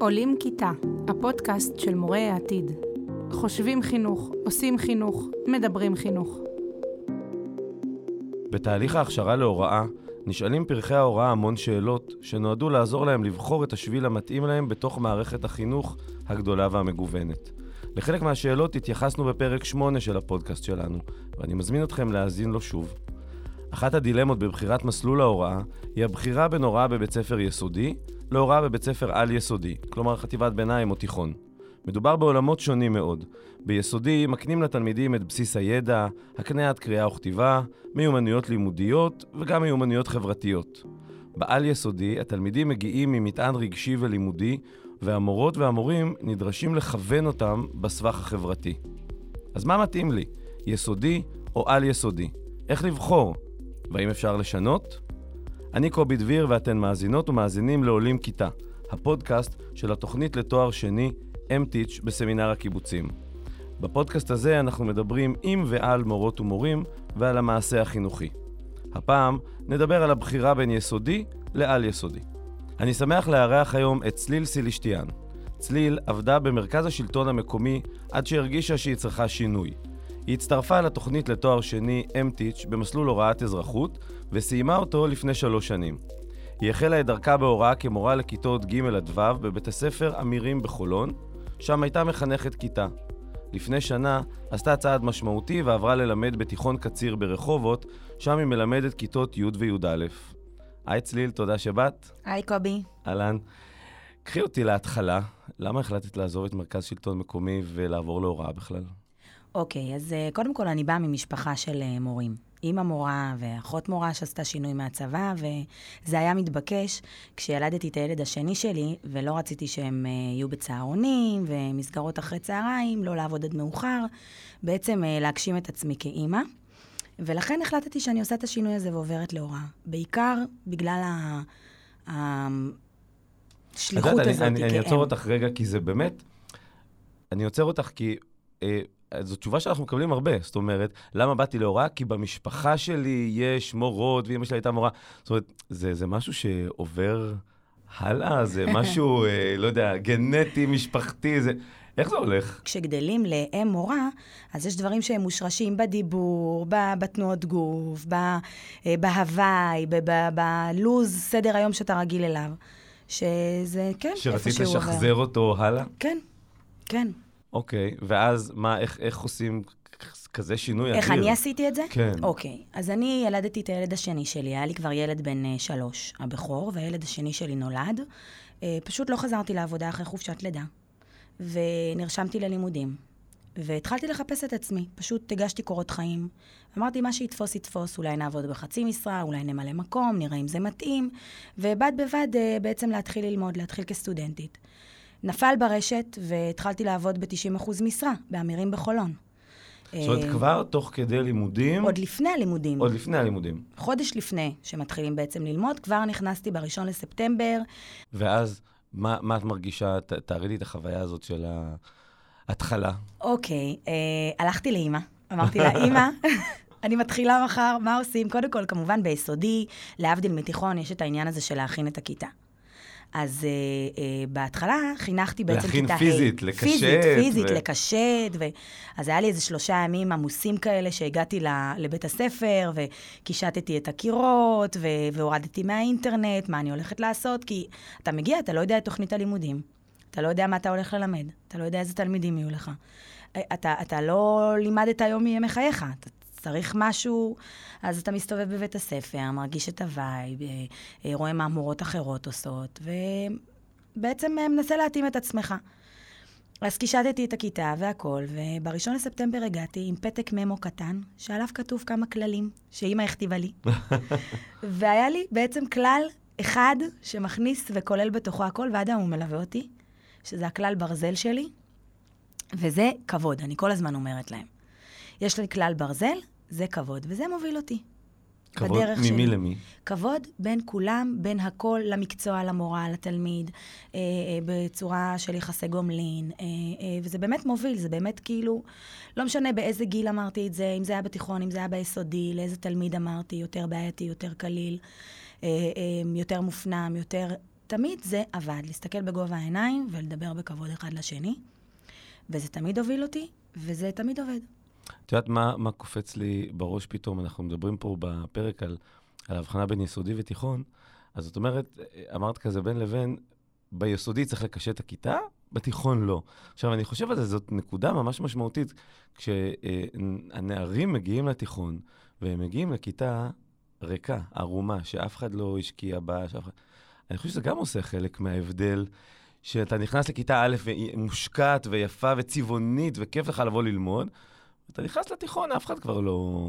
עולים כיתה, הפודקאסט של מורי העתיד. חושבים חינוך, עושים חינוך, מדברים חינוך. בתהליך ההכשרה להוראה, נשאלים פרחי ההוראה המון שאלות שנועדו לעזור להם לבחור את השביל המתאים להם בתוך מערכת החינוך הגדולה והמגוונת. לחלק מהשאלות התייחסנו בפרק 8 של הפודקאסט שלנו, ואני מזמין אתכם להאזין לו שוב. אחת הדילמות בבחירת מסלול ההוראה היא הבחירה בין הוראה בבית ספר יסודי להוראה בבית ספר על יסודי, כלומר חטיבת ביניים או תיכון. מדובר בעולמות שונים מאוד. ביסודי מקנים לתלמידים את בסיס הידע, הקניית קריאה וכתיבה, מיומנויות לימודיות וגם מיומנויות חברתיות. בעל יסודי התלמידים מגיעים ממטען רגשי ולימודי, והמורות והמורים נדרשים לכוון אותם בסבך החברתי. אז מה מתאים לי? יסודי או על יסודי? איך לבחור? והאם אפשר לשנות? אני קובי דביר ואתן מאזינות ומאזינים לעולים כיתה, הפודקאסט של התוכנית לתואר שני M-Teach בסמינר הקיבוצים. בפודקאסט הזה אנחנו מדברים עם ועל מורות ומורים ועל המעשה החינוכי. הפעם נדבר על הבחירה בין יסודי לעל יסודי. אני שמח לארח היום את צליל סילשטיאן. צליל עבדה במרכז השלטון המקומי עד שהרגישה שהיא צריכה שינוי. היא הצטרפה לתוכנית לתואר שני M-Teach במסלול הוראת אזרחות וסיימה אותו לפני 3 שנים. היא החלה את דרכה בהוראה כמורה לכיתות ג' עד ו' בבית הספר אמירים בחולון, שם הייתה מחנכת כיתה. לפני שנה עשתה צעד משמעותי ועברה ללמד בתיכון קציר ברחובות, שם היא מלמדת כיתות י' וי"א. היי צליל, תודה שבאת. היי קובי. אהלן. קחי אותי להתחלה, למה החלטת לעזוב את מרכז שלטון מקומי ולעבור להוראה בכלל? אוקיי, אז קודם כל אני באה ממשפחה של מורים. אמא מורה ואחות מורה שעשתה שינוי מהצבא, וזה היה מתבקש כשילדתי את הילד השני שלי, ולא רציתי שהם יהיו בצהרונים ומסגרות אחרי צהריים, לא לעבוד עד מאוחר, בעצם להגשים את עצמי כאמא. ולכן החלטתי שאני עושה את השינוי הזה ועוברת להוראה. בעיקר בגלל השליחות הזאת. אני עוצר אותך רגע, כי זה באמת, אני עוצר אותך כי זו תשובה שאנחנו מקבלים הרבה. זאת אומרת, למה באתי להוראה? כי במשפחה שלי יש מורות, ואמא שלי הייתה מורה. זאת אומרת, זה משהו שעובר הלאה, זה משהו, לא יודע, גנטי, משפחתי, איך זה הולך? כשגדלים לאם מורה, אז יש דברים שהם מושרשים בדיבור, בתנועות גוף, בהוואי, בלוז סדר היום שאתה רגיל אליו. שזה, כן, איפה שהוא עובר. שרצית לשחזר אותו הלאה? כן, כן. אוקיי, ואז מה, איך עושים כזה שינוי אדיר? איך אני עשיתי את זה? כן. אוקיי, אז אני ילדתי את הילד השני שלי, היה לי כבר ילד בן 3, הבכור, והילד השני שלי נולד. פשוט לא חזרתי לעבודה אחרי חופשת לידה, ונרשמתי ללימודים, והתחלתי לחפש את עצמי, פשוט הגשתי קורות חיים, אמרתי מה שיתפוס יתפוס, אולי נעבוד בחצי משרה, אולי נמלא מקום, נראה אם זה מתאים, ובד בבד בעצם להתחיל ללמוד, להתחיל כסטודנטית. נפל ברשת והתחלתי לעבוד ב-90% משרה, באמירים בחולון. זאת אומרת, כבר תוך כדי לימודים? עוד לפני הלימודים. עוד לפני הלימודים. חודש לפני שמתחילים בעצם ללמוד, כבר נכנסתי ב1 לספטמבר. ואז, מה את מרגישה? תארי לי את החוויה הזאת של ההתחלה. אוקיי, הלכתי לאמא, אמרתי לה, אמא, אני מתחילה מחר, מה עושים? קודם כל, כמובן, ביסודי, להבדיל מתיכון, יש את העניין הזה של להכין את הכיתה. אז בהתחלה חינכתי בעצם כיתה להכין פיזית, לקשט. פיזית, לקשט. אז היה לי איזה 3 ימים עמוסים כאלה שהגעתי לבית הספר, וקישטתי את הקירות, והורדתי מהאינטרנט, מה אני הולכת לעשות, כי אתה מגיע, אתה לא יודע את תוכנית הלימודים. אתה לא יודע מה אתה הולך ללמד. אתה לא יודע איזה תלמידים יהיו לך. אתה לא לימדת היום מימי חייך. אתה צריך משהו, אז אתה מסתובב בבית הספר, מרגיש את הווייב, רואה מה מורות אחרות עושות, ובעצם מנסה להתאים את עצמך. אז קישטתי את הכיתה והכל, וב1 לספטמבר הגעתי עם פתק ממו קטן, שעליו כתוב כמה כללים, שאמא הכתיבה לי. והיה לי בעצם כלל אחד שמכניס וכולל בתוכו הכל, ועד היום הוא מלווה אותי, שזה הכלל ברזל שלי, וזה כבוד, אני כל הזמן אומרת להם. יש לי כלל ברזל, זה כבוד, וזה מוביל אותי. כבוד ממי למי? כבוד בין כולם, בין הכל, למקצוע, למורה, לתלמיד, בצורה של יחסי גומלין, וזה באמת מוביל, זה באמת כאילו, לא משנה באיזה גיל אמרתי את זה, אם זה היה בתיכון, אם זה היה ביסודי, לאיזה תלמיד אמרתי, יותר בעייתי, יותר קליל, יותר מופנם, יותר ותמיד זה עבד, להסתכל בגובה העיניים ולדבר בכבוד אחד לשני, וזה תמיד הוביל אותי, וזה תמיד עובד. את יודעת מה קופץ לי בראש פתאום? אנחנו מדברים פה בפרק על ההבחנה בין יסודי ותיכון, אז זאת אומרת, אמרת כזה בין לבין, ביסודי צריך לקשט את הכיתה, בתיכון לא. עכשיו, אני חושב על זה, זאת נקודה ממש משמעותית, כשהנערים מגיעים לתיכון, והם מגיעים לכיתה ריקה, ערומה, שאף אחד לא השקיע בה, אני חושב שזה גם עושה חלק מההבדל, שאתה נכנס לכיתה א' ומושקעת ויפה וצבעונית, וכיף לך לבוא ללמוד, אתה נכנס לתיכון, אף אחד כבר לא...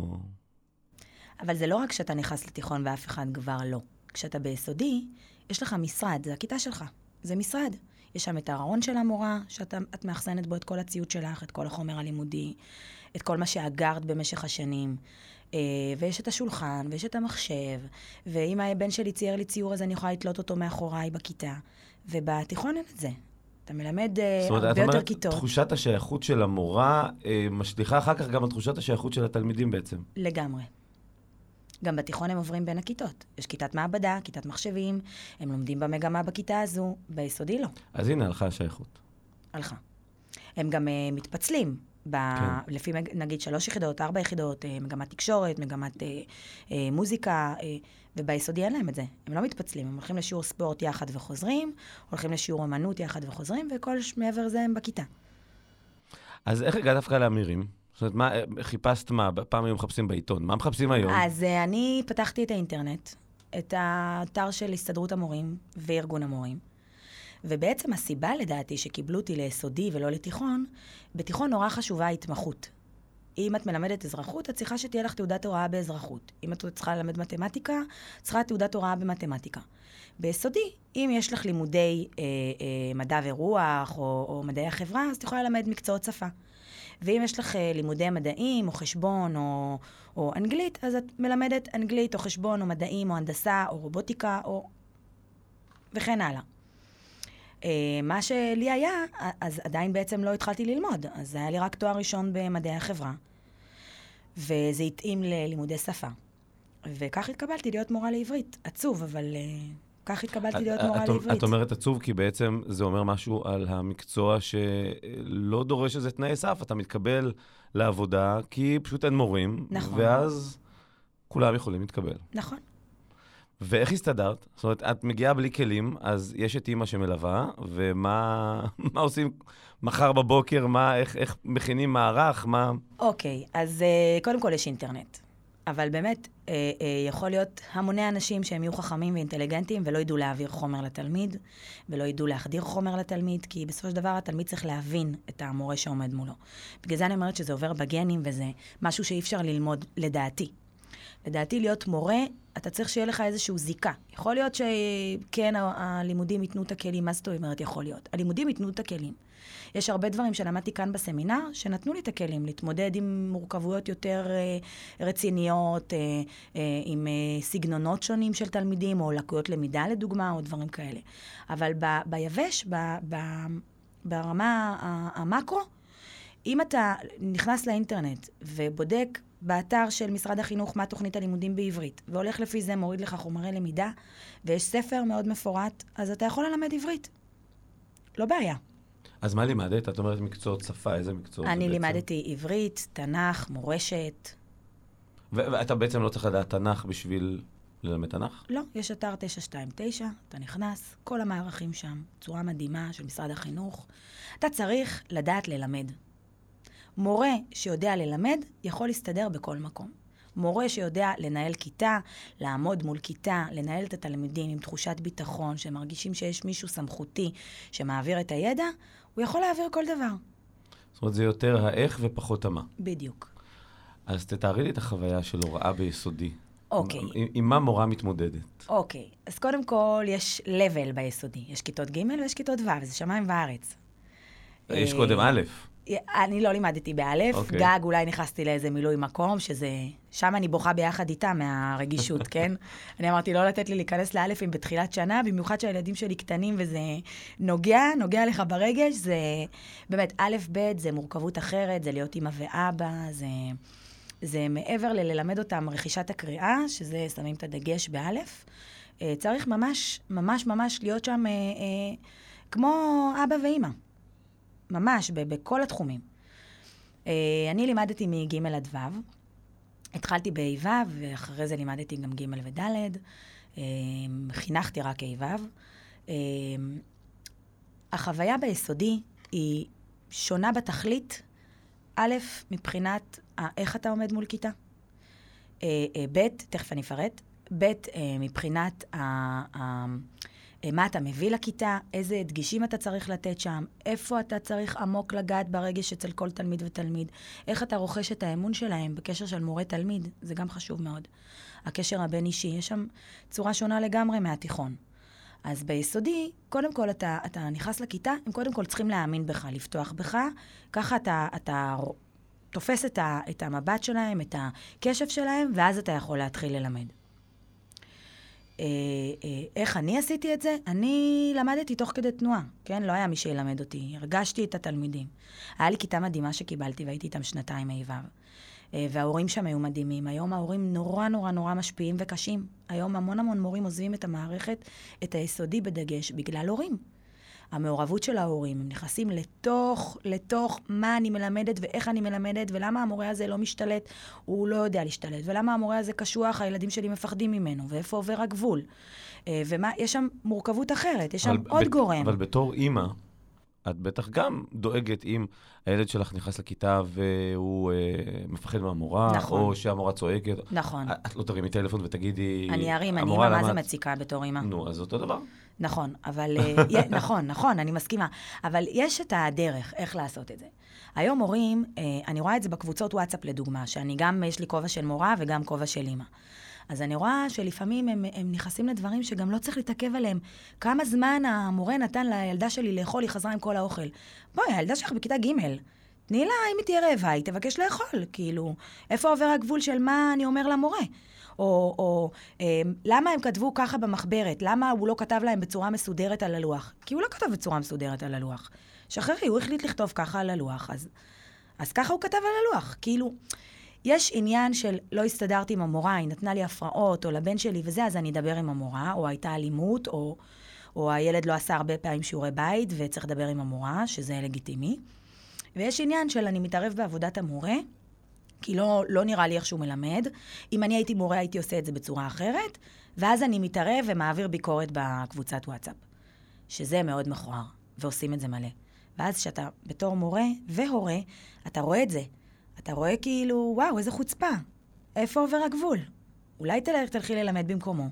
אבל זה לא רק שאתה נכנס לתיכון ואף אחד כבר לא. כשאתה ביסודי, יש לך משרד, זה הכיתה שלך, זה משרד. יש שם את הארון של המורה, שאת מאחסנת בו את כל הציוד שלך, את כל החומר הלימודי, את כל מה שאגרת במשך השנים, ויש את השולחן, ויש את המחשב, ואם הבן שלי צייר לי ציור, אז אני יכולה לתלות אותו מאחוריי בכיתה, ובתיכון אין את זה. אתה מלמד הרבה יותר כיתות. תחושת השייכות של המורה משליחה אחר כך גם על תחושת השייכות של התלמידים בעצם. לגמרי. גם בתיכון הם עוברים בין הכיתות. יש כיתת מעבדה, כיתת מחשבים, הם לומדים במגמה בכיתה הזו, ביסודי לא. אז הנה, הלכה השייכות. הלכה. הם גם מתפצלים, לפי נגיד 3 יחידות, 4 יחידות, מגמת תקשורת, מגמת מוזיקה, וביסודי אין להם את זה. הם לא מתפצלים, הם הולכים לשיעור ספורט יחד וחוזרים, הולכים לשיעור אמנות יחד וחוזרים, וכל מעבר זה הם בכיתה. אז איך הגעת דווקא לאמירים? זאת אומרת, חיפשת מה? פעם היו מחפשים בעיתון. מה מחפשים היום? אז אני פתחתי את האינטרנט, את האתר של הסתדרות המורים וארגון המורים. ובעצם הסיבה לדעתי שקיבלו אותי ליסודי ולא לתיכון, בתיכון נורא חשובה התמחות. אם את מלמדת אזרחות, את צריכה שתהיה לך תעודת הוראה באזרחות. אם את צריכה ללמד מתמטיקה, צריכה תעודת הוראה במתמטיקה. ביסודי, אם יש לך לימודי מדע ורוח או מדעי החברה, אז את יכולה ללמד מקצועות שפה. ואם יש לך לימודי מדעים או חשבון או אנגלית, אז את מלמדת אנגלית או חשבון או מדעים או הנדסה או רובוטיקה וכן הלאה. מה שלי היה, אז עדיין בעצם לא התחלתי ללמוד. אז היה לי רק תואר ראשון במדעי החברה, וזה התאים ללימודי שפה. וכך התקבלתי להיות מורה לעברית. עצוב, אבל כך התקבלתי להיות מורה לעברית. את אומרת עצוב, כי בעצם זה אומר משהו על המקצוע שלא דורש איזה תנאי סף. אתה מתקבל לעבודה, כי פשוט אין מורים, נכון. ואז כולם יכולים להתקבל. נכון. ואיך הסתדרת? זאת אומרת, את מגיעה בלי כלים, אז יש את אמא שמלווה, ומה עושים מחר בבוקר? איך מכינים מערך? אוקיי, אז קודם כל יש אינטרנט. אבל באמת, יכול להיות המוני אנשים שהם יהיו חכמים ואינטליגנטים, ולא ידעו להעביר חומר לתלמיד, ולא ידעו להחדיר חומר לתלמיד, כי בסופו של דבר התלמיד צריך להבין את המורה שעומד מולו. בגלל זה אני אומרת שזה עובר בגנים, וזה משהו שאי אפשר ללמוד לדעתי. לדעתי להיות מורה, אתה צריך שיהיה לך איזשהו זיקה. יכול להיות שכן, הלימודים ייתנו את הכלים, מה זאת אומרת יכול להיות? הלימודים ייתנו את הכלים. יש הרבה דברים שלמדתי כאן בסמינר, שנתנו לי את הכלים, להתמודד עם מורכבויות יותר רציניות, עם סגנונות שונים של תלמידים, או לקויות למידה לדוגמה, או דברים כאלה. אבל ביבש, ברמה המקרו, אם אתה נכנס לאינטרנט ובודק באתר של משרד החינוך מה תוכנית הלימודים בעברית, והולך לפי זה מוריד לך חומרי למידה, ויש ספר מאוד מפורט, אז אתה יכול ללמד עברית. לא בעיה. אז מה לימדת? את אומרת מקצועות שפה, איזה מקצועות? אני לימדתי עברית, תנ"ך, מורשת. ואתה בעצם לא צריך לדעת תנ"ך בשביל ללמד תנ"ך? לא, יש אתר 929, אתה נכנס, כל המערכים שם, צורה מדהימה של משרד החינוך. אתה צריך לדעת ללמד. מורה שיודע ללמד יכול להסתדר בכל מקום. מורה שיודע לנהל כיתה, לעמוד מול כיתה, לנהל את התלמידים עם תחושת ביטחון, שמרגישים שיש מישהו סמכותי שמעביר את הידע, הוא יכול להעביר כל דבר. זאת אומרת, זה יותר האיך ופחות המה. בדיוק. אז תתארי לי את החוויה של הוראה ביסודי. אוקיי. עם מה מורה מתמודדת? אוקיי. אז קודם כל יש level ביסודי. יש כיתות ג' ויש כיתות ו', זה שמיים וארץ. יש קודם א'. אני לא לימדתי באלף, אוקיי. גג אולי נכנסתי לאיזה מילוי מקום, שזה, שם אני בוכה ביחד איתה מהרגישות, כן? אני אמרתי לא לתת לי להיכנס לאלפים בתחילת שנה, במיוחד שהילדים שלי קטנים וזה נוגע לך ברגש, זה באמת א' ב', זה מורכבות אחרת, זה להיות אמא ואבא, זה מעבר ללמד אותם רכישת הקריאה, שזה שמים את הדגש באלף, צריך ממש, ממש, ממש להיות שם כמו אבא ואמא. ממש, בכל התחומים. אני לימדתי מג' עד ו'. התחלתי ב-ו' ואחרי זה לימדתי גם ג' וד'. חינכתי רק ו'. החוויה ביסודי היא שונה בתכלית, א', מבחינת איך אתה עומד מול כיתה. ב', תכף אני אפרט, ב', מבחינת מה אתה מביא לכיתה, איזה דגישים אתה צריך לתת שם, איפה אתה צריך עמוק לגעת ברגש אצל כל תלמיד ותלמיד, איך אתה רוכש את האמון שלהם בקשר של מורה-תלמיד, זה גם חשוב מאוד. הקשר הבין-אישי, יש שם צורה שונה לגמרי מהתיכון. אז ביסודי, קודם כל אתה נכנס לכיתה, הם קודם כל צריכים להאמין בך, לפתוח בך, ככה אתה תופס את המבט שלהם, את הקשב שלהם, ואז אתה יכול להתחיל ללמד. איך אני עשיתי את זה? אני למדתי תוך כדי תנועה, כן? לא היה מי שילמד אותי, הרגשתי את התלמידים. היה לי כיתה מדהימה שקיבלתי והייתי איתם 2 ו'. וההורים שם היו מדהימים. היום ההורים נורא נורא נורא משפיעים וקשים. היום המון מורים עוזבים את המערכת, את היסודי בדגש, בגלל הורים. המעורבות של ההורים, הם נכנסים לתוך מה אני מלמדת ואיך אני מלמדת, ולמה המורה הזה לא משתלט, הוא לא יודע להשתלט, ולמה המורה הזה קשוח, הילדים שלי מפחדים ממנו, ואיפה עובר הגבול. יש שם מורכבות אחרת, יש שם עוד גורם. אבל בתור אימא, את בטח גם דואגת אם הילד שלך נכנס לכיתה והוא מפחד מהמורה, נכון. או שהמורה צועקת. נכון. את לא תרימי טלפון ותגידי... אני ארים, אני אימא, מה זה מציקה בתור אימא? נו, אז אותו דבר. נכון, אבל... נכון, אני מסכימה. אבל יש את הדרך איך לעשות את זה. היום הורים, אני רואה את זה בקבוצות וואטסאפ לדוגמה, שאני גם, יש לי כובע של מורה וגם כובע של אימא. אז אני רואה שלפעמים הם נכנסים לדברים שגם לא צריך להתעכב עליהם. כמה זמן המורה נתן לילדה שלי לאכול, היא חזרה עם כל האוכל. בואי, הילדה שלך בכיתה ג', תני לה, אם היא תהיה רעבה, היא תבקש לאכול. כאילו, איפה עובר הגבול של מה אני אומר למורה? או למה הם כתבו ככה במחברת? למה הוא לא כתב להם בצורה מסודרת על הלוח? כי הוא לא כתב בצורה מסודרת על הלוח. שחררי, הוא החליט לכתוב ככה על הלוח, אז ככה הוא כתב על הלוח. כאילו, יש עניין של לא הסתדרתי עם המורה, היא נתנה לי הפרעות, או לבן שלי וזה, אז אני אדבר עם המורה, או הייתה אלימות, או הילד לא עשה הרבה פעמים שיעורי בית, וצריך לדבר עם המורה, שזה לגיטימי. ויש עניין של אני מתערב בעבודת המורה, כי לא נראה לי איך שהוא מלמד. אם אני הייתי מורה, הייתי עושה את זה בצורה אחרת, ואז אני מתערב ומעביר ביקורת בקבוצת וואטסאפ, שזה מאוד מכוער, ועושים את זה מלא. ואז שאתה בתור מורה והורה, אתה רואה את זה. אתה רואה כאילו, וואו, איזה חוצפה. איפה עובר הגבול? אולי תלכי ללמד במקומו.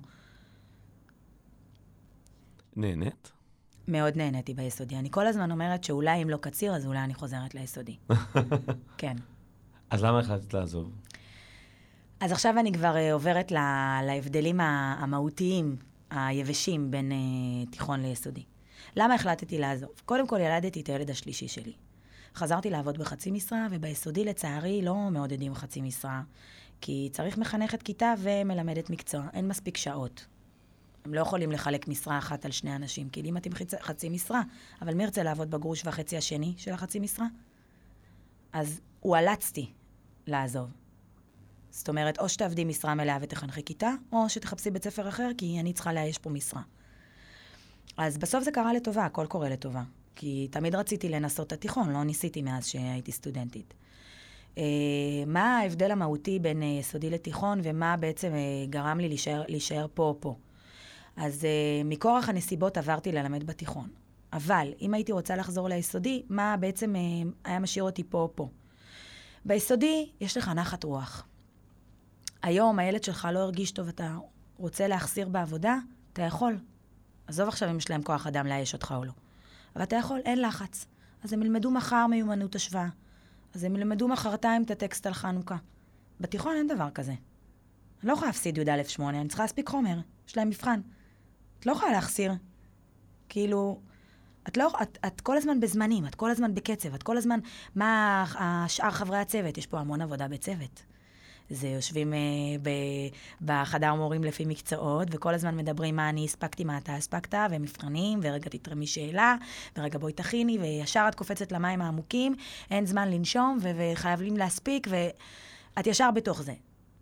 נהנית? מאוד נהניתי ביסודי. אני כל הזמן אומרת שאולי אם לא קציר, אז אולי אני חוזרת ליסודי. כן. אז למה החלטת לעזוב? אז עכשיו אני כבר עוברת להבדלים המהותיים, היבשים, בין תיכון ליסודי. למה החלטתי לעזוב? קודם כל ילדתי את הילד השלישי שלי. חזרתי לעבוד בחצי משרה, וביסודי לצערי לא מעודדים חצי משרה, כי צריך מחנכת כיתה ומלמדת מקצוע. אין מספיק שעות. הם לא יכולים לחלק משרה אחת על 2 אנשים, כי אם אתם חצי משרה, אבל מי ירצה לעבוד בגרוש וחצי השני של החצי משרה? אז הואלצתי לעזוב. זאת אומרת, או שתעבדי משרה מלאה ותחנכי כיתה, או שתחפשי בית ספר אחר, כי אני צריכה לאייש פה משרה. אז בסוף זה קרה לטובה, הכל קורה לטובה. כי תמיד רציתי לנסות את התיכון, לא ניסיתי מאז שהייתי סטודנטית. מה ההבדל המהותי בין יסודי לתיכון, ומה בעצם גרם לי להישאר פה? אז מכורח הנסיבות עברתי ללמד בתיכון. אבל אם הייתי רוצה לחזור ליסודי, מה בעצם היה משאיר אותי פה? ביסודי יש לך נחת רוח. היום הילד שלך לא הרגיש טוב, אתה רוצה להחסיר בעבודה, אתה יכול. עזוב עכשיו אם יש להם כוח אדם לאייש אותך או לא. אבל אתה יכול, אין לחץ. אז הם ילמדו מחר מיומנות השוואה. אז הם ילמדו מחרתיים את הטקסט על חנוכה. בתיכון אין דבר כזה. אני לא יכולה להפסיד י"א-8, אני צריכה להספיק חומר, יש להם מבחן. את לא יכולה להחסיר. כאילו, את כל הזמן בזמנים, את כל הזמן בקצב, את כל הזמן, מה שאר חברי הצוות? יש פה המון עבודה בצוות. זה יושבים בחדר מורים לפי מקצועות, וכל הזמן מדברים מה אני הספקתי, מה אתה הספקת, ומבחנים, ורגע תתרמי שאלה, ורגע בואי תכיני, וישר את קופצת למים העמוקים, אין זמן לנשום, וחייבים להספיק, ואת ישר בתוך זה.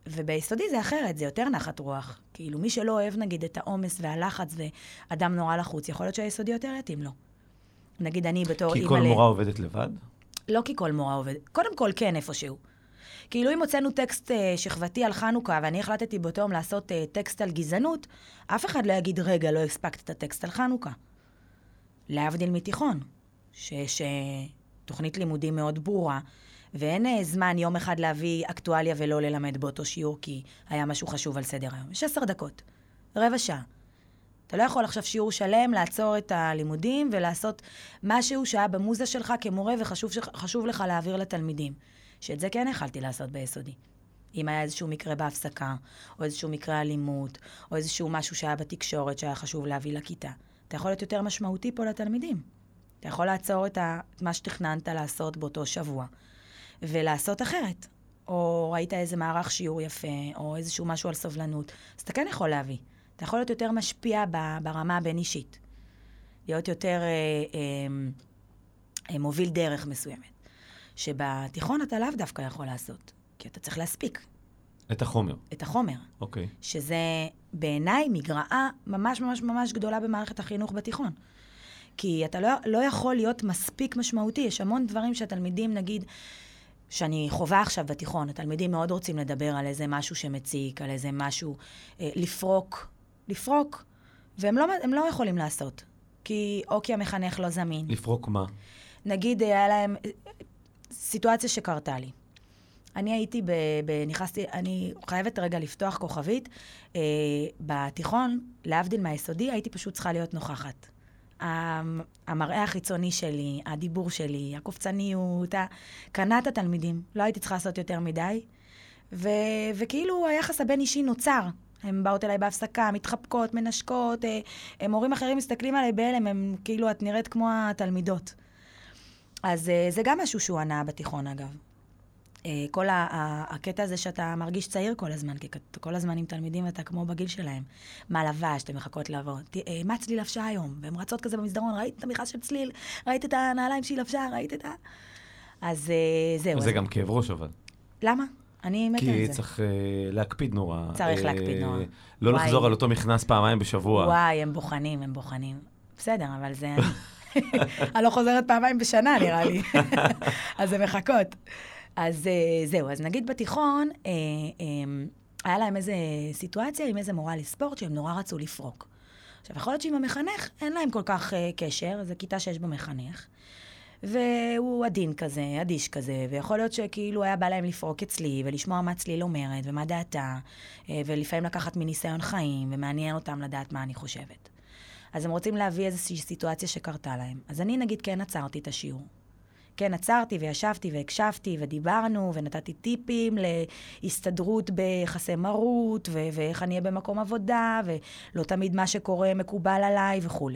וביסודי זה אחרת, זה יותר נחת רוח. כאילו, מי שלא אוהב, נגיד, את העומס והלחץ ואדם נורא לחוץ, יכול להיות שהיסודי יותר יתאים לו. נגיד, אני בתור כי כל מורה עובדת לבד? לא כי כל מורה עובדת. קודם כל, כן, איפשהו. כאילו, אם הוצאנו טקסט שכבתי על חנוכה, ואני החלטתי באותו יום לעשות טקסט על גזענות, אף אחד לא יגיד, רגע, לא הספקת את הטקסט על חנוכה. להבדיל מתיכון, שיש תוכנית לימודים מאוד ברורה, ואין זמן יום אחד להביא אקטואליה ולא ללמד באותו שיעור, כי היה משהו חשוב על סדר היום. יש 10 דקות, רבע שעה. אתה לא יכול עכשיו שיעור שלם לעצור את הלימודים ולעשות משהו שהיה במוזה שלך כמורה וחשוב לך להעביר לתלמידים. שאת זה כן יכלתי לעשות ביסודי. אם היה איזשהו מקרה בהפסקה, או איזשהו מקרה אלימות, או איזשהו משהו שהיה בתקשורת שהיה חשוב להביא לכיתה. אתה יכול להיות יותר משמעותי פה לתלמידים. אתה יכול לעצור את מה שתכננת לעשות באותו שבוע, ולעשות אחרת. או ראית איזה מערך שיעור יפה, או איזשהו משהו על סובלנות. אז אתה כן יכול להביא. אתה יכול להיות יותר משפיע ברמה הבין-אישית. להיות יותר מוביל דרך מסוימת. שבתיכון אתה לאו דווקא יכול לעשות. כי אתה צריך להספיק. את החומר. את החומר. אוקיי. שזה בעיניי מגרעה ממש ממש ממש גדולה במערכת החינוך בתיכון. כי אתה לא יכול להיות מספיק משמעותי. יש המון דברים שהתלמידים, נגיד, שאני חובה עכשיו בתיכון, התלמידים מאוד רוצים לדבר על איזה משהו שמציק, על איזה משהו, לפרוק, והם לא יכולים לעשות. או כי המחנך לא זמין. לפרוק מה? נגיד, היה להם סיטואציה שקרתה לי. אני הייתי אני חייבת רגע לפתוח כוכבית. בתיכון, להבדיל מהיסודי, הייתי פשוט צריכה להיות נוכחת. המראה החיצוני שלי, הדיבור שלי, הקופצניות, קנת התלמידים. לא הייתי צריכה לעשות יותר מדי. וכאילו היחס הבין אישי נוצר. הם באות אליי בהפסקה, מתחבקות, מנשקות, מורים אחרים מסתכלים עליי בהלם, הם כאילו, את נראית כמו התלמידות. אז זה גם משהו שהוא ענה בתיכון, אגב. כל הקטע הזה שאתה מרגיש צעיר כל הזמן, כי כל הזמן עם תלמידים ואתה כמו בגיל שלהם. מה לבש, אתם מחכות לעבור. מה צליל לבשה היום? והן רצות כזה במסדרון, ראית את המכרז של צליל? ראית את הנעליים שהיא לבשה? ראית את אז זהו. זה גם כאב ראש, אבל. למה? אני מת על זה. כי צריך להקפיד נורא. צריך להקפיד נורא. לא לחזור על אותו מכנס פעמיים בשבוע. וואי, הם בוחנים. בסדר, אבל זה... אני לא חוזרת פעמיים בשנה, נראה לי. אז זה מחכות. אז זהו, אז נגיד בתיכון, היה להם איזו סיטואציה עם איזו מורה לספורט, שהם נורא רצו לפרוק. עכשיו, יכול להיות שעם המחנך אין להם כל כך קשר, זו כיתה שיש במחנך, והוא עדין כזה, אדיש כזה, ויכול להיות שכאילו היה בא להם לפרוק אצלי, ולשמוע מה צליל אומרת, ומה דעתה, ולפעמים לקחת מניסיון חיים, ומעניין אותם לדעת מה אני חושבת. אז הם רוצים להביא איזושהי סיטואציה שקרתה להם. אז אני נגיד כן עצרתי את השיעור. כן, עצרתי וישבתי והקשבתי ודיברנו ונתתי טיפים להסתדרות ביחסי מרות ואיך אני אהיה במקום עבודה ולא תמיד מה שקורה מקובל עליי וכו'.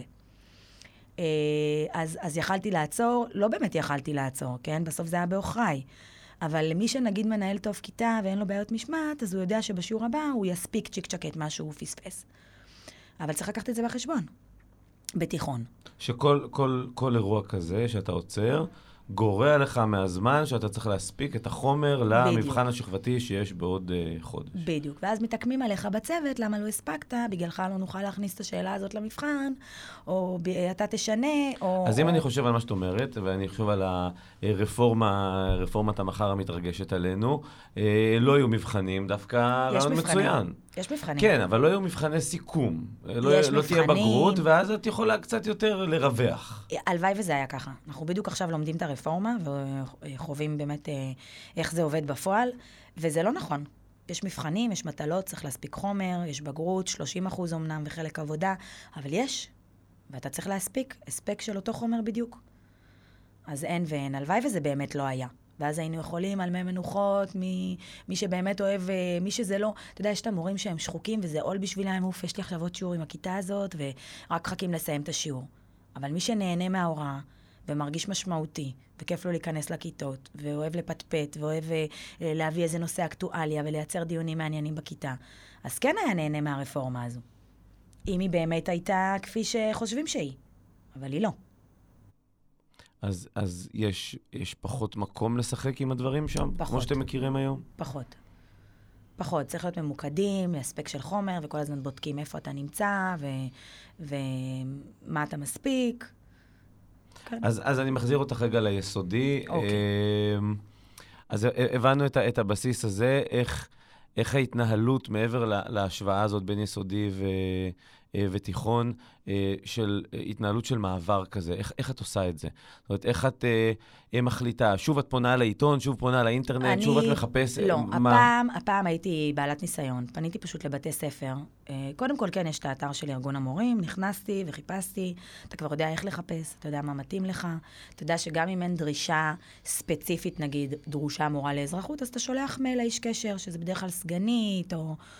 אז יכלתי לעצור, לא באמת יכלתי לעצור, כן? בסוף זה היה באוכריי. אבל למי שנגיד מנהל טוב כיתה ואין לו בעיות משמעת, אז הוא יודע שבשיעור הבא הוא יספיק צ'יק צ'ק את מה שהוא פספס. אבל צריך לקחת את זה בחשבון. בתיכון. שכל אירוע כזה שאתה עוצר, גורע לך מהזמן שאתה צריך להספיק את החומר למבחן השכבתי שיש בעוד חודש. בדיוק. ואז מתעקמים עליך בצוות, למה לא הספקת, בגללך לא נוכל להכניס את השאלה הזאת למבחן, או אתה תשנה, או... אז אם אני חושב על מה שאת אומרת, ואני חושב על רפורמת המחר המתרגשת עלינו, לא יהיו מבחנים, דווקא רעיון מצוין. יש מבחנים. כן, אבל לא יהיו מבחני סיכום. לא תהיה בגרות, ואז את יכולה קצת יותר לרווח. הלוואי וזה היה ככה. אנחנו בדיוק עכשיו לומדים את הרפורמה, וחווים באמת איך זה עובד בפועל, וזה לא נכון. יש מבחנים, יש מטלות, צריך להספיק חומר, יש בגרות, 30% אמנם וחלק עבודה, אבל יש, ואתה צריך להספיק, הספק של אותו חומר בדיוק. אז אין ואין, הלוואי וזה באמת לא היה. ואז היינו יכולים על מי מנוחות, מי שבאמת אוהב, מי שזה לא, אתה יודע, יש את המורים שהם שחוקים, וזה עול בשבילם, יש לי עכשיו עוד שיעור עם הכיתה הזאת, ורק חכים לסיים את השיעור. אבל מי שנהנה מההוראה, ומרגיש משמעותי, וכיף לו להיכנס לכיתות, ואוהב לפטפט, ואוהב להביא איזה נושא אקטואליה, ולייצר דיונים מעניינים בכיתה, אז כן היה נהנה מהרפורמה הזו. אם היא באמת הייתה כפי שחושבים שהיא, אבל היא לא. אז יש פחות מקום לשחק עם הדברים שם? פחות. כמו שאתם מכירים היום? פחות. פחות, צריך להיות ממוקדים, הספק של חומר, וכל הזמן בודקים איפה אתה נמצא, ומה אתה מספיק. כן. אז אני מחזיר אותך רגע ליסודי. אוקיי. אז הבנו את הבסיס הזה, איך ההתנהלות מעבר להשוואה הזאת בין יסודי ותיכון, של התנהלות של מעבר כזה, איך את עושה את זה? זאת אומרת, איך את מחליטה? שוב את פונה לעיתון, שוב פונה לאינטרנט, שוב את מחפשת? לא, הפעם הייתי בעלת ניסיון, פניתי פשוט לבתי ספר. קודם כל, כן, יש את האתר של ארגון המורים, נכנסתי וחיפשתי, אתה כבר יודע איך לחפש, אתה יודע מה מתאים לך, אתה יודע שגם אם אין דרישה ספציפית, נגיד, דרושה מורה לאזרחות, אז אתה שולח מייל לאיש קשר, שזה בדרך כלל סגנית,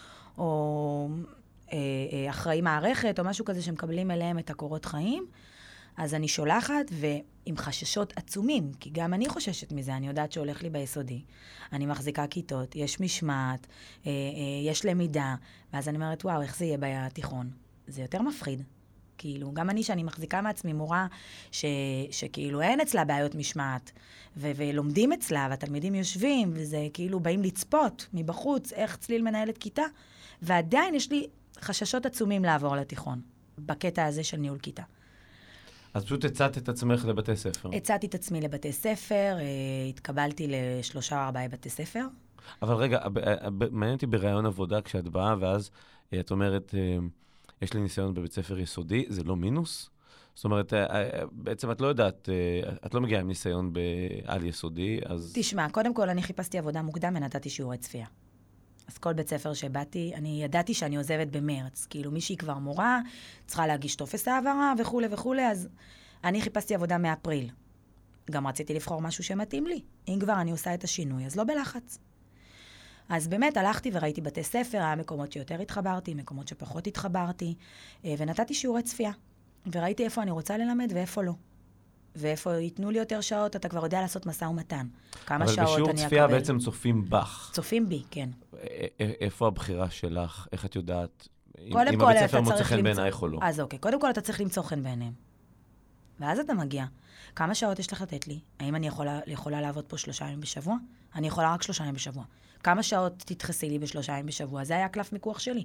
או אחראי מערכת, או משהו כזה שמקבלים אליהם את הקורות חיים. אז אני שולחת, ועם חששות עצומים, כי גם אני חוששת מזה, אני יודעת שהולך לי ביסודי. אני מחזיקה כיתות, יש משמעת, יש למידה, ואז אני אומרת, וואו, איך זה יהיה בתיכון? זה יותר מפחיד. כאילו, גם אני שאני מחזיקה מעצמי מורה, שכאילו אין אצלה בעיות משמעת, ולומדים אצלה, והתלמידים יושבים, וזה כאילו באים לצפות מבחוץ, איך צליל מנהלת כיתה, ועדיין יש לי חששות עצומים לעבור לתיכון, בקטע הזה של ניהול כיתה. אז פשוט הצעת את עצמך לבתי ספר. הצעתי את עצמי לבתי ספר, התקבלתי ל3 או 4 בתי ספר. אבל רגע, מעניין אותי ברעיון עבודה כשאת באה, ואז את אומרת, יש לי ניסיון בבית ספר יסודי, זה לא מינוס? זאת אומרת, בעצם את לא יודעת, את לא מגיעה עם ניסיון בעל יסודי, אז... תשמע, קודם כל אני חיפשתי עבודה מוקדם ונתתי שיעורי צפייה. אז כל בית ספר שבאתי, אני ידעתי שאני עוזבת במרץ. כאילו, מישהי כבר מורה, צריכה להגיש טופס העברה וכו' וכו', אז אני חיפשתי עבודה מאפריל. גם רציתי לבחור משהו שמתאים לי. אם כבר אני עושה את השינוי, אז לא בלחץ. אז באמת הלכתי וראיתי בתי ספר, היה מקומות שיותר התחברתי, מקומות שפחות התחברתי, ונתתי שיעורי צפייה. וראיתי איפה אני רוצה ללמד ואיפה לא. ואיפה ייתנו לי יותר שעות, אתה כבר יודע לעשות משא ומתן. כמה שעות אני אקבל. אבל בשיעור צפייה בעצם צופים בך. צופים בי, כן. איפה הבחירה שלך? איך את יודעת? אם הבית ספר מוצא חן בעינייך או לא? אז אוקיי, קודם כל אתה צריך למצוא חן בעיניהם. ואז אתה מגיע. כמה שעות יש לך לתת לי? האם אני יכולה לעבוד פה 3 ימים בשבוע? אני יכולה רק 3 ימים בשבוע. כמה שעות תתחסי לי ב3 ימים בשבוע? זה היה קלף מיקוח שלי.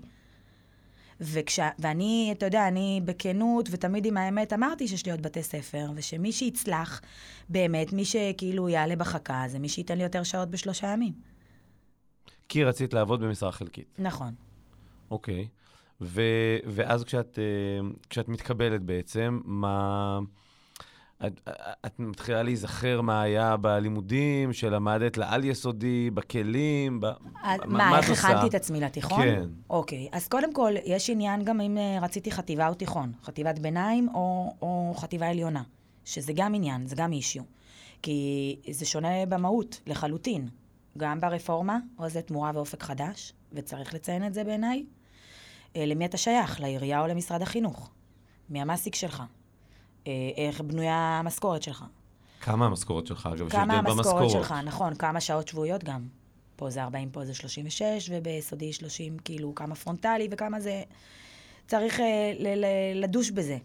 ואני, אתה יודע, אני בכנות ותמיד עם האמת אמרתי שיש לי עוד בתי ספר, ושמי שיצלח, באמת, מי שכאילו יעלה בחכה, זה מי שייתן לי יותר שעות ב3 ימים. כי רצית לעבוד במשרה חלקית. נכון. אוקיי. ואז כשאת מתקבלת בעצם, את מתחילה להיזכר מה היה בלימודים, שלמדת לעל יסודי, בכלים, מה את עושה? איך הכנתי את עצמי לתיכון? כן. אוקיי, אז קודם כל, יש עניין גם אם רציתי חטיבה או תיכון, חטיבת ביניים או חטיבה עליונה, שזה גם עניין, זה גם אישיו. כי זה שונה במהות, לחלוטין. גם ברפורמה, או זה תמורה ואופק חדש, וצריך לציין את זה בעיניי. למי אתה שייך? לעירייה או למשרד החינוך? מי המעסיק שלך? איך בנויה המשכורת שלך. כמה המשכורת שלך, אגב? כמה המשכורת שלך, נכון, כמה שעות שבועיות גם. פה זה 40, פה זה 36, וביסודי 30, כאילו, כמה פרונטלי וכמה זה... צריך לדוש בזה.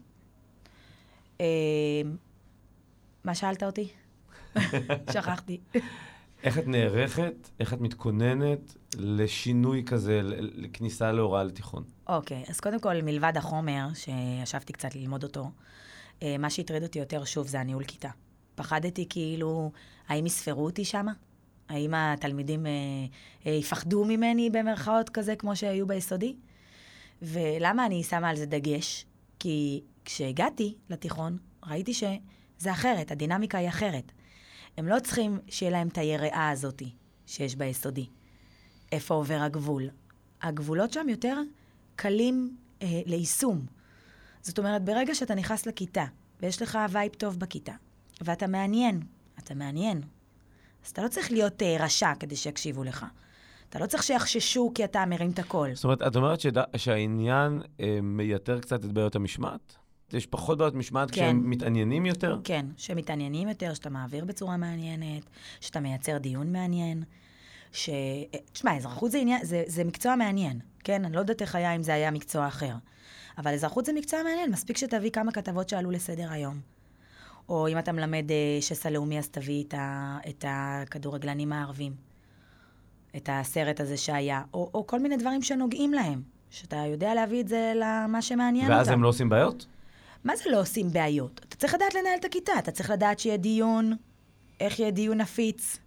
מה שאלת אותי? שכחתי. איך את נערכת, איך את מתכוננת לשינוי כזה, לכניסה להוראה לתיכון? אוקיי, אז קודם כל, מלבד החומר, שישבתי קצת ללמוד אותו, מה שהטריד אותי יותר שוב זה הניהול כיתה. פחדתי כאילו, האם יספרו אותי שמה? האם התלמידים יפחדו ממני במרכאות כזה כמו שהיו ביסודי? ולמה אני שמה על זה דגש? כי כשהגעתי לתיכון, ראיתי שזה אחרת, הדינמיקה היא אחרת. הם לא צריכים שיהיה להם את היראה הזאת שיש ביסודי. איפה עובר הגבול? הגבולות שם יותר קלים ליישום. זאת אומרת, ברגע שאתה נכנס לכיתה, ויש לך וייב טוב בכיתה, ואתה מעניין, אז אתה לא צריך להיות רשע כדי שיקשיבו לך. אתה לא צריך שיחששו כי אתה מרים את הכל. זאת אומרת, את אומרת שהעניין מייתר קצת את בעיות המשמעת? יש פחות בעיות משמעת כשהם מתעניינים יותר? כן, שמתעניינים יותר, שאתה מעביר בצורה מעניינת, שאתה מייצר דיון מעניין, תשמע, אזרחות זה מקצוע מעניין, כן? אני לא יודעת איך היה אם זה היה מקצוע אחר. אבל אזרחות זה מקצוע מעניין, מספיק שתביא כמה כתבות שעלו לסדר היום. או אם אתה מלמד שסע לאומי, אז תביא את הכדורגלנים הערבים. את הסרט הזה שהיה, או כל מיני דברים שנוגעים להם, שאתה יודע להביא את זה למה שמעניין אותם. ואז הם לא עושים בעיות? מה זה לא עושים בעיות? אתה צריך לדעת לנהל את הכיתה, אתה צריך לדעת שיהיה דיון, איך יהיה דיון נפיץ,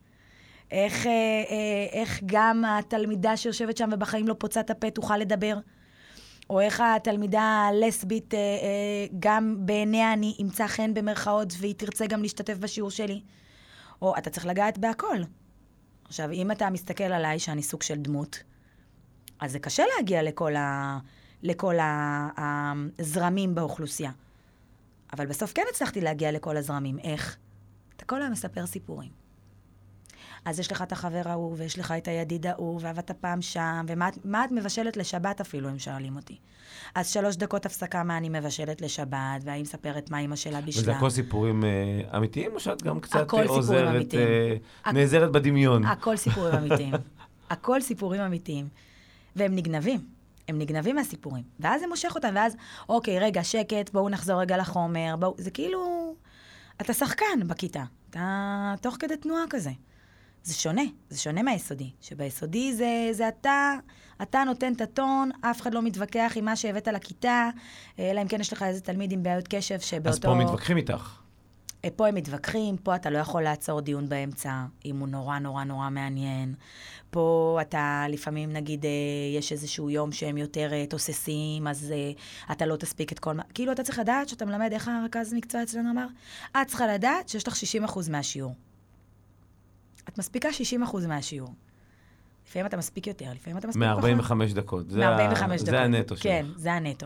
איך גם התלמידה שיושבת שם ובחיים לא פוצעת הפה תוכל לדבר, או איך התלמידה הלסבית גם בעיניה אני אמצא חן במרכאות והיא תרצה גם להשתתף בשיעור שלי. או אתה צריך לגעת בהכל. עכשיו, אם אתה מסתכל עליי שאני סוג של דמות, אז זה קשה להגיע לכל הזרמים באוכלוסייה. אבל בסוף כן הצלחתי להגיע לכל הזרמים. איך? אתה כל היום מספר סיפורים. אז יש לך את החבר ההוא, ויש לך את הידיד ההוא, ועבדת פעם שם, ומה את מבשלת לשבת אפילו, הם שואלים אותי. אז 3 דקות הפסקה מה אני מבשלת לשבת, והיא מספרת מה אמא שלה בשלה. וזה הכל סיפורים אמיתיים, או שאת גם קצת עוזרת, נעזרת בדמיון? הכל סיפורים אמיתיים. הכל סיפורים אמיתיים. והם נגנבים. הם נגנבים מהסיפורים. ואז זה מושך אותם, ואז, אוקיי, רגע, שקט, בואו נחזור רגע לחומר, בואו, זה כאילו, אתה שחקן בכיתה. אתה תוך כדי תנועה כזה. זה שונה מהיסודי. שביסודי זה אתה נותן את הטון, אף אחד לא מתווכח עם מה שהבאת לכיתה, אלא אם כן יש לך איזה תלמיד עם בעיות קשב שבאותו... אז פה מתווכחים איתך. פה הם מתווכחים, פה אתה לא יכול לעצור דיון באמצע, אם הוא נורא נורא נורא מעניין. פה אתה לפעמים, נגיד, יש איזשהו יום שהם יותר תוססים, אז אתה לא תספיק את כל מה... כאילו, אתה צריך לדעת שאתה מלמד איך הרכז מקצוע אצלנו אמר, את צריכה לדעת שיש לך 60% מהשיעור. את מספיקה 60% מהשיעור. לפעמים אתה מספיק יותר, לפעמים אתה מספיק פחות. מ-45 דקות. זה הנטו שלך. כן, זה הנטו.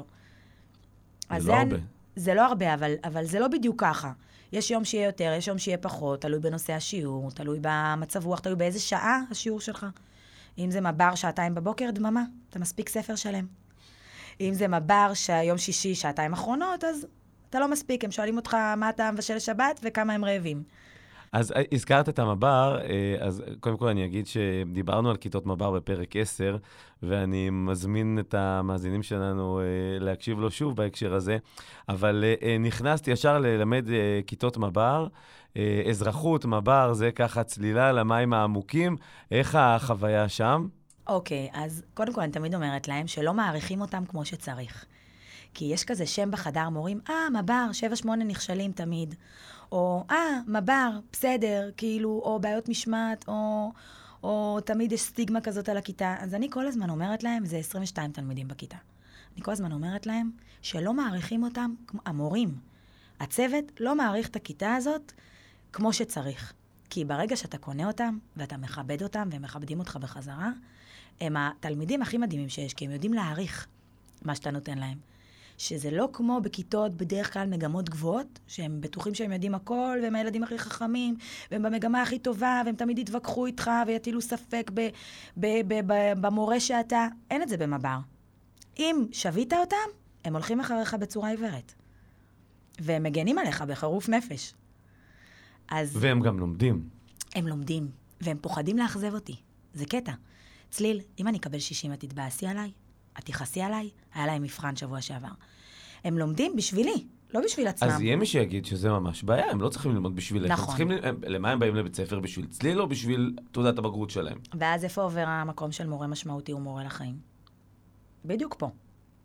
זה לא הרבה. זה לא הרבה, אבל זה לא בדיוק ככה. יש יום שיהיה יותר, יש יום שיהיה פחות, תלוי בנושא השיעור, תלוי במצב רוח, תלוי באיזה שעה השיעור שלך. אם זה מב"ר 2 בבוקר, דממה, אתה מספיק ספר שלם. אם זה מב"ר יום שישי 2 אחרונות, אז אתה לא מספיק, הם שואלים אותך מה אתה מבשל לשבת וכמה הם רעבים. אז הזכרת את המב"ר, אז קודם כל אני אגיד שדיברנו על כיתות מב"ר בפרק 10, ואני מזמין את המאזינים שלנו להקשיב לו שוב בהקשר הזה, אבל נכנסתי ישר ללמד כיתות מב"ר, אזרחות, מב"ר, זה ככה צלילה למים העמוקים, איך החוויה שם? אוקיי, אז קודם כל אני תמיד אומרת להם שלא מעריכים אותם כמו שצריך. כי יש כזה שם בחדר מורים, מב"ר, 7-8 נכשלים תמיד. או, מב"ר, בסדר, כאילו, או בעיות משמעת, או תמיד יש סטיגמה כזאת על הכיתה. אז אני כל הזמן אומרת להם, זה 22 תלמידים בכיתה. אני כל הזמן אומרת להם שלא מעריכים אותם, המורים, הצוות לא מעריך את הכיתה הזאת כמו שצריך. כי ברגע שאתה קונה אותם, ואתה מכבד אותם, והם מכבדים אותך בחזרה, הם התלמידים הכי מדהימים שיש, כי הם יודעים להעריך מה שאתה נותן להם. שזה לא כמו בכיתות בדרך כלל מגמות גבוהות, שהם בטוחים שהם יודעים הכל, והם הילדים הכי חכמים, והם במגמה הכי טובה, והם תמיד יתווכחו איתך, ויטילו ספק במורה שאתה. אין את זה במב"ר. אם שבית אותם, הם הולכים אחריך בצורה עיוורת. והם מגנים עליך בחירוף נפש. והם גם לומדים. הם לומדים, והם פוחדים לאכזב אותי. זה קטע. צליל, אם אני אקבל 60, את תתבאסי עליי? את תיחסי עליי? היה להם מבחן שבוע שעבר. הם לומדים בשבילי, לא בשביל עצמם. אז יהיה מי שיגיד שזה ממש בעיה, הם לא צריכים ללמוד בשבילך. נכון. למה הם באים לבית ספר? בשביל צליל או בשביל תעודת הבגרות שלהם? ואז איפה עובר המקום של מורה משמעותי ומורה לחיים? בדיוק פה.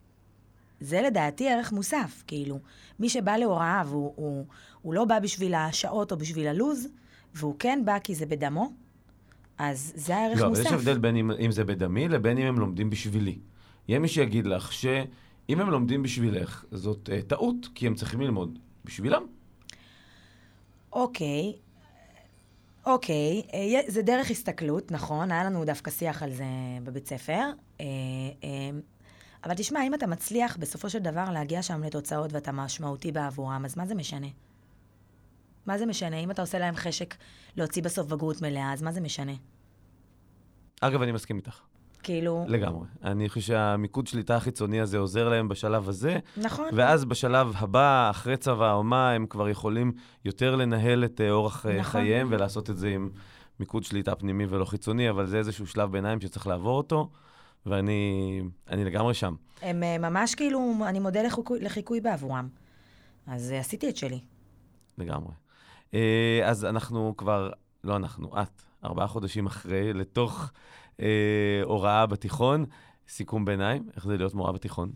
זה לדעתי ערך מוסף, כאילו. מי שבא להוראה והוא לא בא בשביל השעות או בשביל הלוז, והוא כן בא כי זה בדמו, אז זה הערך מוסף. לא, יש הבדל בין אם זה בדמי לבין אם הם לומדים בשבילי. יהיה מי שיגיד לך שאם הם לומדים בשבילך, זאת טעות, כי הם צריכים ללמוד בשבילם. אוקיי, זה דרך הסתכלות, נכון, היה לנו דווקא שיח על זה בבית ספר, אבל תשמע, אם אתה מצליח בסופו של דבר להגיע שם לתוצאות ואתה משמעותי בעבורם, אז מה זה משנה? מה זה משנה? אם אתה עושה להם חשק להוציא בסוף בגרות מלאה, אז מה זה משנה? אגב, אני מסכים איתך. כאילו... לגמרי. אני חושב שהמיקוד שליטה החיצוני הזה עוזר להם בשלב הזה. נכון. ואז בשלב הבא, אחרי צבא או מה, הם כבר יכולים יותר לנהל את אורח חייהם, ולעשות את זה עם מיקוד שליטה פנימי ולא חיצוני, אבל זה איזשהו שלב ביניים שצריך לעבור אותו, ואני לגמרי שם. הם ממש כאילו, אני מודה לחיקוי בעבורם. אז עשיתי את שלי. לגמרי. אז אנחנו כבר לא אנחנו, את, 4 חודשים אחרי, לתוך הוראה בתיכון. סיכום ביניים, איך זה להיות מורה בתיכון?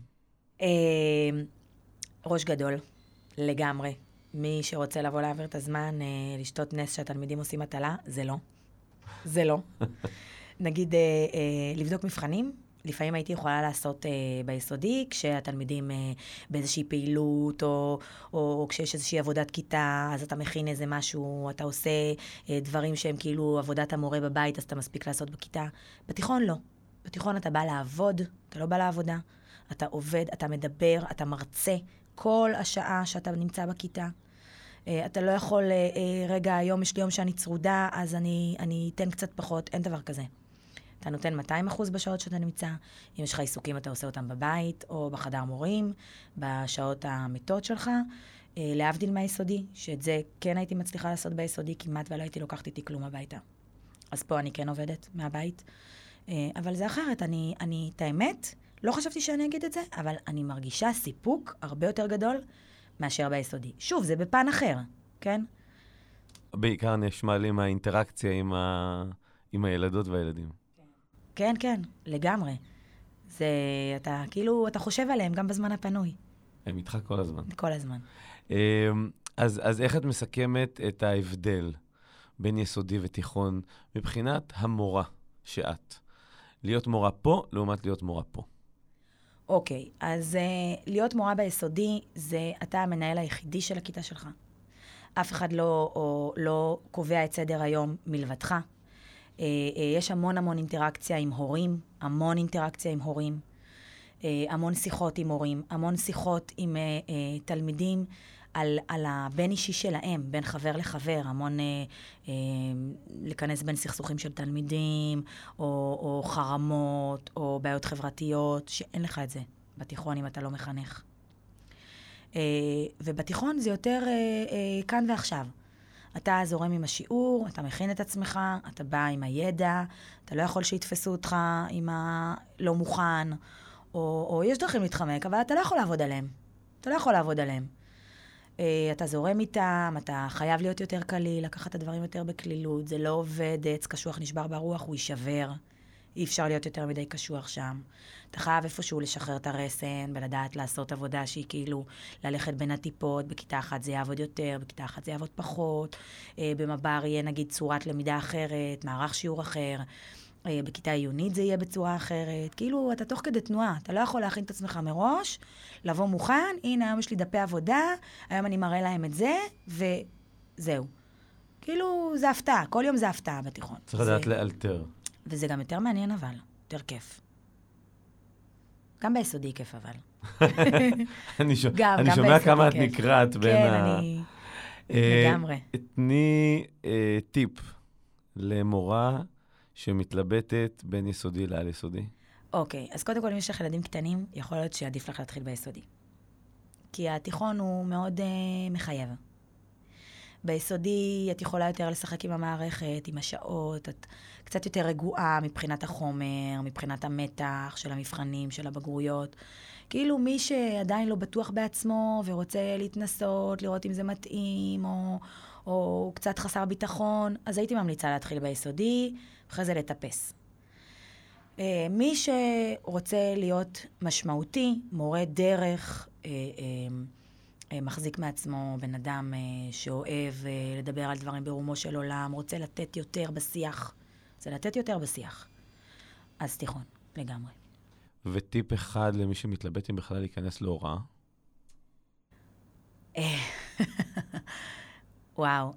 ראש גדול, לגמרי. מי שרוצה לבוא להעביר את הזמן, לשתות נס שהתלמידים עושים מטלה, זה לא. זה לא. נגיד, לבדוק מבחנים, לפעמים הייתי יכולה לעשות ביסודי, כשהתלמידים באיזושהי פעילות, או כשיש איזושהי עבודת כיתה, אז אתה מכין איזה משהו, אתה עושה דברים שהם כאילו עבודת המורה בבית, אז אתה מספיק לעשות בכיתה. בתיכון לא. בתיכון אתה בא לעבוד, אתה לא בא לעבודה. אתה עובד, אתה מדבר, אתה מרצה כל השעה שאתה נמצא בכיתה. אתה לא יכול, רגע, היום יש לי יום שאני צרודה, אז אני אתן קצת פחות, אין דבר כזה. אתה נותן 200% בשעות שאתה נמצא. אם יש לך עיסוקים, אתה עושה אותם בבית, או בחדר מורים, בשעות המתות שלך. להבדיל מהיסודי, שאת זה כן הייתי מצליחה לעשות ביסודי, כמעט ולא הייתי לוקחת איתי כלום הביתה. אז פה אני כן עובדת מהבית. אבל זה אחרת, את האמת, לא חשבתי שאני אגיד את זה, אבל אני מרגישה סיפוק הרבה יותר גדול מאשר ביסודי. שוב, זה בפן אחר, כן? בעיקר נשמע לי מהאינטראקציה עם הילדות והילדים. כן, כן, לגמרי. זה, אתה כאילו, אתה חושב עליהם גם בזמן הפנוי. הם איתך כל הזמן. כל הזמן. אז איך את מסכמת את ההבדל בין יסודי ותיכון מבחינת המורה שאת? להיות מורה פה לעומת להיות מורה פה. אוקיי, אז להיות מורה ביסודי זה אתה המנהל היחידי של הכיתה שלך. אף אחד לא קובע את סדר היום מלבדך. יש המון אינטראקציה עם הורים, המון אינטראקציה עם הורים, המון שיחות עם הורים, המון שיחות עם תלמידים על הבין אישי שלהם, בין חבר לחבר, המון להיכנס בין סכסוכים של תלמידים, או חרמות, או בעיות חברתיות, שאין לך את זה בתיכון אם אתה לא מחנך. ובתיכון זה יותר כאן ועכשיו. אתה זורם עם השיעור, אתה מכין את עצמך, אתה בא עם הידע, אתה לא יכול שיתפסו אותך עם הלא מוכן, או יש דרכים להתחמק, אבל אתה לא יכול לעבוד עליהם. אתה לא יכול לעבוד עליהם. אתה זורם איתם, אתה חייב להיות יותר קליל, לקחת את הדברים יותר בקלילות, זה לא עובד, עץ קשוח נשבר ברוח, הוא יישבר. אי אפשר להיות יותר מדי קשוח שם. אתה חייב איפשהו לשחרר את הרסן, ולדעת לעשות עבודה שהיא כאילו ללכת בין הטיפות, בכיתה אחת זה יעבוד יותר, בכיתה אחת זה יעבוד פחות, במב"ר יהיה נגיד צורת למידה אחרת, מערך שיעור אחר, בכיתה עיונית זה יהיה בצורה אחרת. כאילו, אתה תוך כדי תנועה, אתה לא יכול להכין את עצמך מראש, לבוא מוכן, הנה, היום יש לי דפי עבודה, היום אני מראה להם את זה, וזהו. כאילו, זה הפתעה, כל יום זה הפתעה בתיכון. צריך לדעת לאלתר. וזה גם יותר מעניין אבל, יותר כיף. גם ביסודי כיף אבל. אני שומע כמה את נקראת בין כן, אני לגמרי. תני טיפ למורה שמתלבטת בין יסודי לעל יסודי. אוקיי, אז קודם כל, אם יש לך ילדים קטנים, יכול להיות שעדיף לך להתחיל ביסודי. כי התיכון הוא מאוד מחייב. ביסודי את יכולה יותר לשחק עם המערכת, עם השעות, את קצת יותר רגועה מבחינת החומר, מבחינת המתח של המבחנים, של הבגרויות. כאילו מי שעדיין לא בטוח בעצמו ורוצה להתנסות, לראות אם זה מתאים, או קצת חסר ביטחון, אז הייתי ממליצה להתחיל ביסודי, אחרי זה לטפס. מי שרוצה להיות משמעותי, מורה דרך, מחזיק מעצמו בן אדם שאוהב לדבר על דברים ברומו של עולם, רוצה לתת יותר בשיח. זה לתת יותר בשיח. אז תיכון, לגמרי. וטיפ אחד למי שמתלבט אם בכלל להיכנס להוראה? וואו.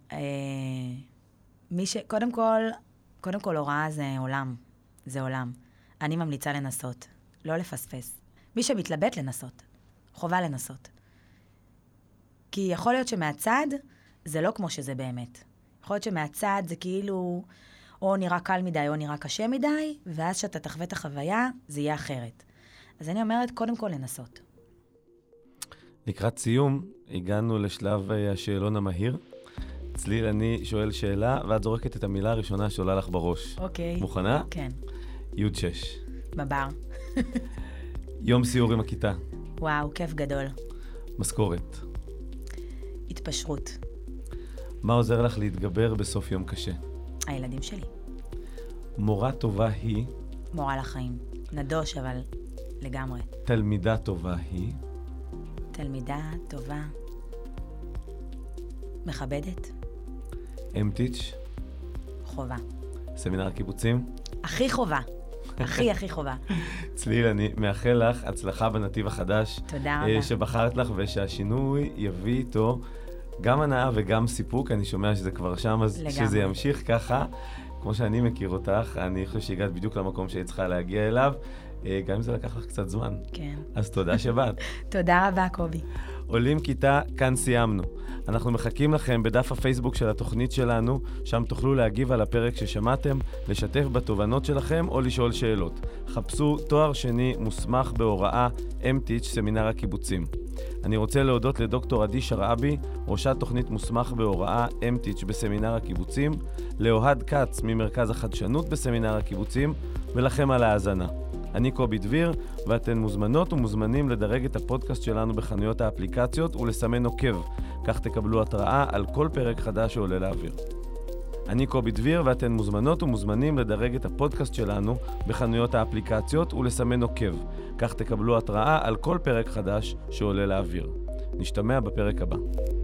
קודם כל הוראה זה עולם. זה עולם. אני ממליצה לנסות, לא לפספס. מי שמתלבט לנסות. חובה לנסות. כי יכול להיות שמהצד זה לא כמו שזה באמת. יכול להיות שמהצד זה כאילו או נראה קל מדי או נראה קשה מדי, ואז שאתה תחווה את החוויה, זה יהיה אחרת. אז אני אומרת, קודם כל לנסות. לקראת סיום, הגענו לשלב השאלון המהיר. צליל, אני שואל שאלה, ואת זורקת את המילה הראשונה שעולה לך בראש. אוקיי. מוכנה? כן. י' 6. בבר. יום סיור עם הכיתה. וואו, כיף גדול. משכורת. התפשרות. מה עוזר לך להתגבר בסוף יום קשה? הילדים שלי. מורה טובה היא? מורה לחיים. נדוש, אבל לגמרי. תלמידה טובה היא? תלמידה טובה. מכבדת. אמטיץ'? חובה. סמינר הקיבוצים? הכי חובה. הכי חובה. צליל, אני מאחל לך הצלחה בנתיב החדש. תודה רבה. שבחרת לך, ושהשינוי יביא איתו גם הנאה וגם סיפוק. אני שומע שזה כבר שם, אז לגמרי. שזה ימשיך ככה. כמו שאני מכיר אותך, אני חושב שהגעת בדיוק למקום שהיית צריכה להגיע אליו, גם אם זה לקח לך קצת זמן. כן. אז תודה שבאת. תודה רבה, קובי. עולים כיתה, כאן סיימנו. אנחנו מחכים לכם בדף הפייסבוק של התוכנית שלנו, שם תוכלו להגיב על הפרק ששמעתם, לשתף בתובנות שלכם או לשאול שאלות. חפשו תואר שני מוסמך בהוראה אמטיץ' סמינר הקיבוצים. אני רוצה להודות לדוקטור עדי שרעבי, ראשת תוכנית מוסמך בהוראה אמטיץ' בסמינר הקיבוצים, לאוהד קץ ממרכז החדשנות בסמינר הקיבוצים, ולכם על ההאזנה. אני קובי דביר, ואתן מוזמנות ומוזמנים לדרג את הפודקאסט שלנו בחנויות האפליקציות ולסמן עוקב, כך תקבלו התראה על כל פרק חדש שעולה לאוויר. אני קובי דביר, ואתן מוזמנות ומוזמנים לדרג את הפודקאסט שלנו בחנויות האפליקציות ולסמן עוקב, כך תקבלו התראה על כל פרק חדש שעולה לאוויר. נשתמע בפרק הבא.